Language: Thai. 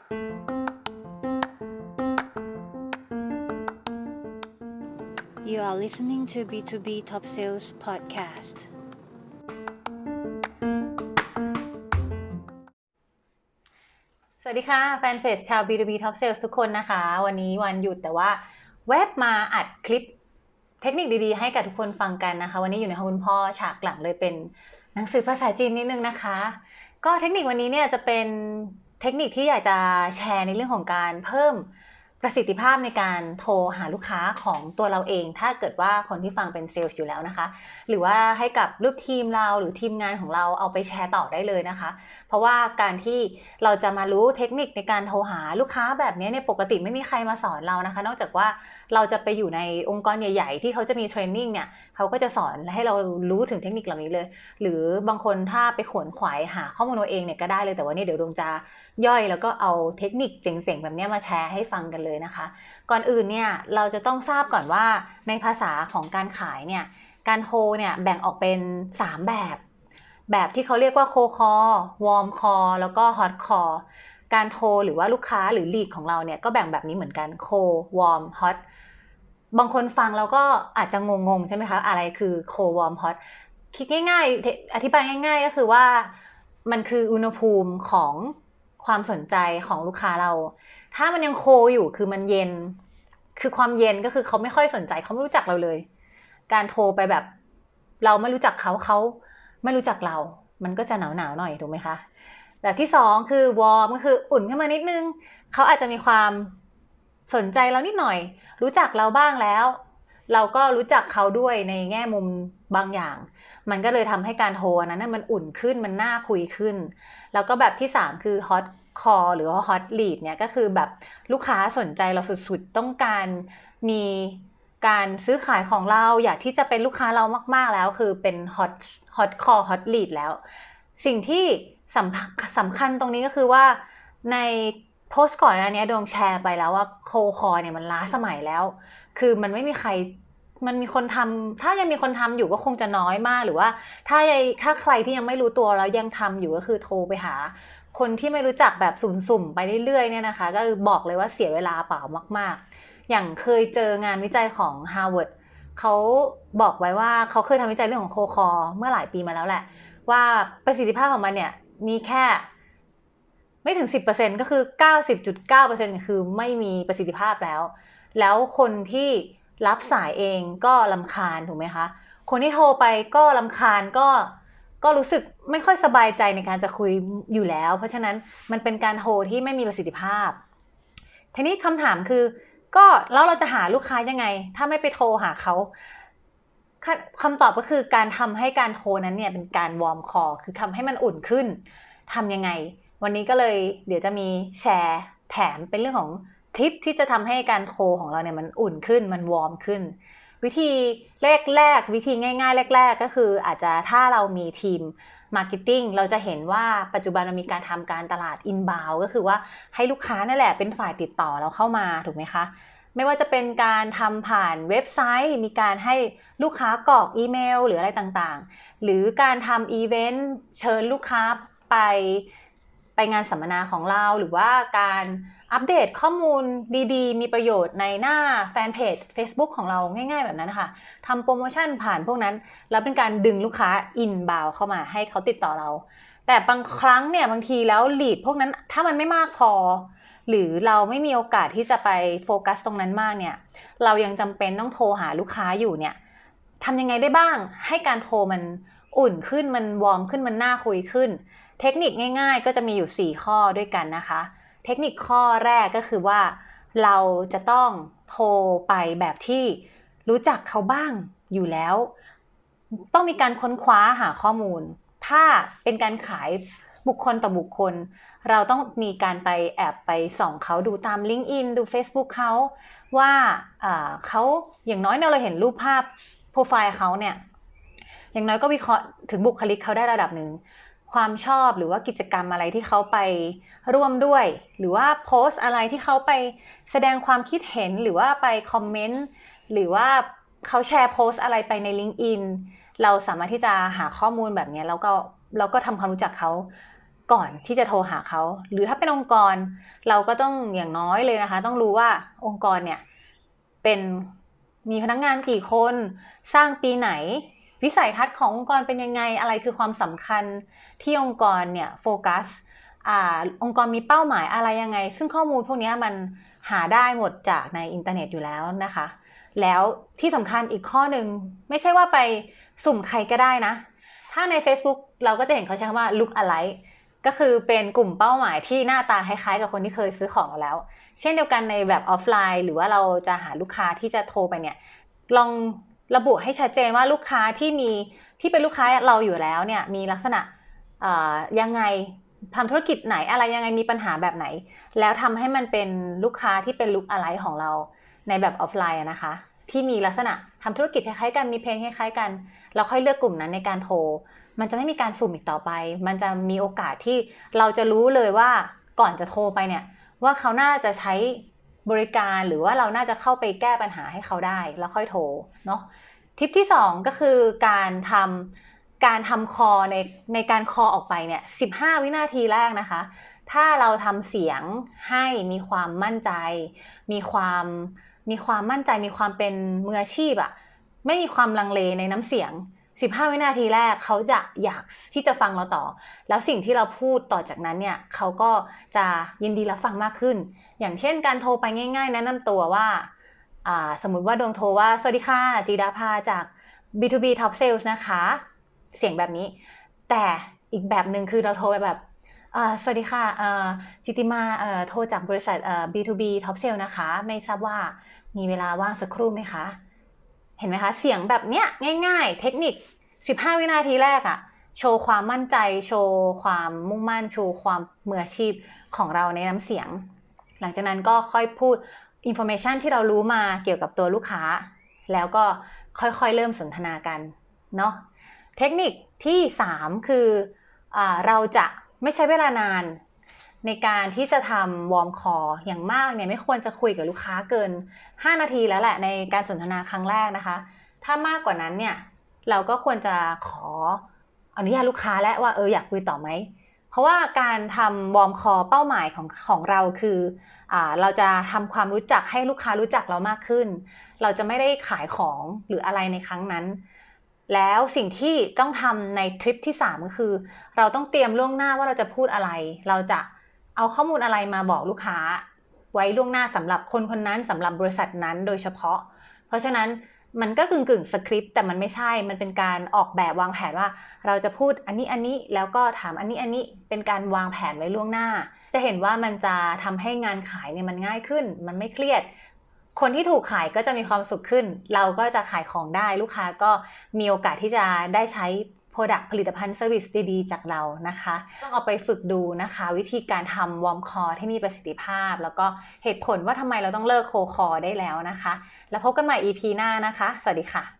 You are listening to B2B Top Sales Podcast. สวัสดีค่ะแฟนเพจชาว B2B Top Sales ทุกคนนะคะวันนี้วันหยุดแต่ว่าแวบมาอัดคลิปเทคนิคดีๆให้กับทุกคนฟังกันนะคะวันนี้อยู่ในห้องคุณพ่อฉากหลังเลยเป็นหนังสือภาษาจีนนิดนึงนะคะก็เทคนิควันนี้เนี่ยจะเป็นเทคนิคที่อยากจะแชร์ในเรื่องของการเพิ่มประสิทธิภาพในการโทรหาลูกค้าของตัวเราเองถ้าเกิดว่าคนที่ฟังเป็นเซลล์อยู่แล้วนะคะหรือว่าให้กับลูกทีมเราหรือทีมงานของเราเอาไปแชร์ต่อได้เลยนะคะเพราะว่าการที่เราจะมารู้เทคนิคในการโทรหาลูกค้าแบบนี้เนี่ยปกติไม่มีใครมาสอนเรานะคะนอกจากว่าเราจะไปอยู่ในองค์กรใหญ่ๆที่เขาจะมีเทรนนิ่งเนี่ยเขาก็จะสอนให้เรารู้ถึงเทคนิคเหล่านี้เลยหรือบางคนถ้าไปขวนขวายหาข้อมูลเอาเองเนี่ยก็ได้เลยแต่ว่านี่เดี๋ยวดวงจะย่อยแล้วก็เอาเทคนิคเจ๋งๆแบบนี้มาแชร์ให้ฟังกันเลยนะคะก่อนอื่นเนี่ยเราจะต้องทราบก่อนว่าในภาษาของการขายเนี่ยการโทรเนี่ยแบ่งออกเป็น3แบบที่เขาเรียกว่าโคคอลวอร์มคอลแล้วก็ฮอตคอลการโทรหรือว่าลูกค้าหรือลีดของเราเนี่ยก็แบ่งแบบนี้เหมือนกันโควอร์มฮอตบางคนฟังแล้วก็อาจจะงงๆใช่ไหมคะอะไรคือโควอร์มฮอตคิดง่ายๆอธิบายง่ายๆก็คือว่ามันคืออุณหภูมิของความสนใจของลูกค้าเราถ้ามันยังโคอยู่คือมันเย็นคือความเย็นก็คือเขาไม่ค่อยสนใจเขาไม่รู้จักเราเลยการโทรไปแบบเราไม่รู้จักเขาไม่รู้จักเรามันก็จะหนาวหน่อยถูกไหมคะแบบที่2คือวอร์มก็คืออุ่นขึ้นมานิดนึงเขาอาจจะมีความสนใจเรานิดหน่อยรู้จักเราบ้างแล้วเราก็รู้จักเขาด้วยในแง่มุมบางอย่างมันก็เลยทำให้การโทรนั้นมันอุ่นขึ้นมันน่าคุยขึ้นแล้วก็แบบที่3คือฮอตคอลหรือว่าฮอตลีดเนี่ยก็คือแบบลูกค้าสนใจเราสุดๆต้องการมีการซื้อขายของเราอยากที่จะเป็นลูกค้าเรามากๆแล้วคือเป็นฮอตคอลฮอตลีดแล้วสิ่งที่สำคัญตรงนี้ก็คือว่าในโพสต์ก่อนหน้านี้ดวงแชร์ไปแล้วว่าโคคอเนี่ยมันล้าสมัยแล้วคือมันไม่มีใครมันมีคนทำถ้ายังมีคนทำอยู่ก็คงจะน้อยมากหรือว่าถ้าใครที่ยังไม่รู้ตัวแล้วยังทำอยู่ก็คือโทรไปหาคนที่ไม่รู้จักแบบสุ่มๆไปเรื่อยๆเนี่ยนะคะก็บอกเลยว่าเสียเวลาเปล่ามากๆอย่างเคยเจองานวิจัยของ Harvard เขาบอกไว้ว่าเขาเคยทำวิจัยเรื่องของโคคอเมื่อหลายปีมาแล้วแหละว่าประสิทธิภาพของมันเนี่ยมีแค่ไม่ถึง 10% ก็คือ 90.9% คือไม่มีประสิทธิภาพแล้วคนที่รับสายเองก็รำคาญถูกไหมคะคนที่โทรไปก็รำคาญก็รู้สึกไม่ค่อยสบายใจในการจะคุยอยู่แล้วเพราะฉะนั้นมันเป็นการโทรที่ไม่มีประสิทธิภาพทีนี้คำถามคือก็แล้วเราจะหาลูกค้ายังไงถ้าไม่ไปโทรหาเขาคำตอบก็คือการทำให้การโทรนั้นเนี่ยเป็นการวอร์มคอลคือทำให้มันอุ่นขึ้นทำยังไงวันนี้ก็เลยเดี๋ยวจะมีแชร์แถมเป็นเรื่องของทิปที่จะทำให้การโทรของเราเนี่ยมันอุ่นขึ้นมันวอร์มขึ้นวิธีแรกวิธีง่ายๆแรกๆก็คืออาจจะถ้าเรามีทีมมาร์เก็ตติ้งเราจะเห็นว่าปัจจุบันมันมีการทำการตลาดอินบาวด์ก็คือว่าให้ลูกค้านั่นแหละเป็นฝ่ายติดต่อเราเข้ามาถูกไหมคะไม่ว่าจะเป็นการทำผ่านเว็บไซต์มีการให้ลูกค้ากรอกอีเมลหรืออะไรต่างๆหรือการทำอีเวนต์เชิญลูกค้าไปงานสัมมนาของเราหรือว่าการอัปเดตข้อมูลดีๆมีประโยชน์ในหน้าแฟนเพจ Facebook ของเราง่ายๆแบบนั้นค่ะทำโปรโมชั่นผ่านพวกนั้นแล้วเป็นการดึงลูกค้าอินบาวเข้ามาให้เขาติดต่อเราแต่บางครั้งเนี่ยบางทีแล้วลีดพวกนั้นถ้ามันไม่มากพอหรือเราไม่มีโอกาสที่จะไปโฟกัสตรงนั้นมากเนี่ยเรายังจำเป็นต้องโทรหาลูกค้าอยู่เนี่ยทำยังไงได้บ้างให้การโทรมันอุ่นขึ้นมันวอร์มขึ้นมันน่าคุยขึ้นเทคนิคง่ายๆก็จะมีอยู่4ข้อด้วยกันนะคะเทคนิคข้อแรกก็คือว่าเราจะต้องโทรไปแบบที่รู้จักเขาบ้างอยู่แล้วต้องมีการค้นคว้าหาข้อมูลถ้าเป็นการขายบุคคลต่อบุคคลเราต้องมีการไปแอบไปส่องเขาดูตาม LinkedIn ดู Facebook เขาว่าเขาอย่างน้อยเราเห็นรูปภาพโปรไฟล์เขาเนี่ยอย่างน้อยก็วิเคราะห์ถึงบุคลิกเขาได้ระดับหนึ่งความชอบหรือว่ากิจกรรมอะไรที่เขาไปร่วมด้วยหรือว่าโพสต์อะไรที่เขาไปแสดงความคิดเห็นหรือว่าไปคอมเมนต์หรือว่าเขาแชร์โพสต์อะไรไปใน LinkedIn เราสามารถที่จะหาข้อมูลแบบนี้แล้วก็ทำความรู้จักเขาก่อนที่จะโทรหาเขาหรือถ้าเป็นองค์กรเราก็ต้องอย่างน้อยเลยนะคะต้องรู้ว่าองค์กรเนี่ยมีพนักงานกี่คนสร้างปีไหนวิสัยทัศน์ขององค์กรเป็นยังไงอะไรคือความสำคัญที่องค์กรเนี่ยโฟกัสองค์กรมีเป้าหมายอะไรยังไงซึ่งข้อมูลพวกนี้มันหาได้หมดจากในอินเทอร์เน็ตอยู่แล้วนะคะแล้วที่สำคัญอีกข้อหนึ่งไม่ใช่ว่าไปสุ่มใครก็ได้นะถ้าใน Facebook เราก็จะเห็นเขาใช้คำว่า look alike ก็คือเป็นกลุ่มเป้าหมายที่หน้าตาคล้ายๆกับคนที่เคยซื้อของเราแล้วเช่นเดียวกันในแบบออฟไลน์หรือว่าเราจะหาลูกค้าที่จะโทรไปเนี่ยลองระบุให้ชัดเจนว่าลูกค้าที่เป็นลูกค้าเราอยู่แล้วเนี่ยมีลักษณะยังไงทำธุรกิจไหนอะไรยังไงมีปัญหาแบบไหนแล้วทำให้มันเป็นลูกค้าที่เป็นลุคอะไรของเราในแบบออฟไลน์นะคะที่มีลักษณะทำธุรกิจคล้ายๆกันมีเพนคล้ายๆกันเราค่อยเลือกกลุ่มนั้นในการโทรมันจะไม่มีการสุ่มอีกต่อไปมันจะมีโอกาสที่เราจะรู้เลยว่าก่อนจะโทรไปเนี่ยว่าเขาน่าจะใช้บริการหรือว่าเราน่าจะเข้าไปแก้ปัญหาให้เขาได้แล้วค่อยโทรเนาะทิปที่2ก็คือการทำคอในการคอออกไปเนี่ย15 วินาทีแรกนะคะถ้าเราทำเสียงให้มีความมั่นใจมีความมั่นใจมีความเป็นมืออาชีพอะไม่มีความลังเลในน้ำเสียง15 วินาทีแรกเขาจะอยากที่จะฟังเราต่อแล้วสิ่งที่เราพูดต่อจากนั้นเนี่ยเขาก็จะยินดีรับฟังมากขึ้นอย่างเช่นการโทรไปง่ายๆแนะนำตัวว่าสมมุติว่าดวงโทรว่าสวัสดีค่ะจีดาภาจาก B2B Top Sales นะคะเสียงแบบนี้แต่อีกแบบหนึ่งคือเราโทรไปแบบสวัสดีค่ะจิติมาโทรจากบริษัทB2B Top Sales นะคะไม่ทราบว่ามีเวลาว่างสักครู่ไหมคะเห็นไหมคะเสียงแบบเนี้ยง่ายๆเทคนิค15 วินาทีแรกอะโชว์ความมั่นใจโชว์ความมุ่งมั่นโชว์ความมืออาชีพของเราในน้ำเสียงหลังจากนั้นก็ค่อยพูด information ที่เรารู้มาเกี่ยวกับตัวลูกค้าแล้วก็ค่อยๆเริ่มสนทนากันเนาะเทคนิคที่3คือเราจะไม่ใช้เวลานานในการที่จะทำวอร์มคออย่างมากเนี่ยไม่ควรจะคุยกับลูกค้าเกิน5 นาทีแล้วแหละในการสนทนาครั้งแรกนะคะถ้ามากกว่านั้นเนี่ยเราก็ควรจะขออนุญาตลูกค้าและว่าอยากคุยต่อไหมเพราะว่าการทำวอร์มคอเป้าหมายของเราคือเราจะทำความรู้จักให้ลูกค้ารู้จักเรามากขึ้นเราจะไม่ได้ขายของหรืออะไรในครั้งนั้นแล้วสิ่งที่ต้องทำในทริปที่3ก็คือเราต้องเตรียมล่วงหน้าว่าเราจะพูดอะไรเราจะเอาข้อมูลอะไรมาบอกลูกค้าไว้ล่วงหน้าสำหรับคนคนนั้นสำหรับบริษัทนั้นโดยเฉพาะเพราะฉะนั้นมันก็กึ่งสคริปต์แต่มันไม่ใช่มันเป็นการออกแบบวางแผนว่าเราจะพูดอันนี้แล้วก็ถามอันนี้เป็นการวางแผนไว้ล่วงหน้าจะเห็นว่ามันจะทำให้งานขายเนี่ยมันง่ายขึ้นมันไม่เครียดคนที่ถูกขายก็จะมีความสุขขึ้นเราก็จะขายของได้ลูกค้าก็มีโอกาสที่จะได้ใช้Product ผลิตภัณฑ์ Service ดีๆจากเรานะคะต้องเอาไปฝึกดูนะคะวิธีการทำวอร์มคอที่มีประสิทธิภาพแล้วก็เหตุผลว่าทำไมเราต้องเลิกโคคอได้แล้วนะคะแล้วพบกันใหม่ EP หน้านะคะสวัสดีค่ะ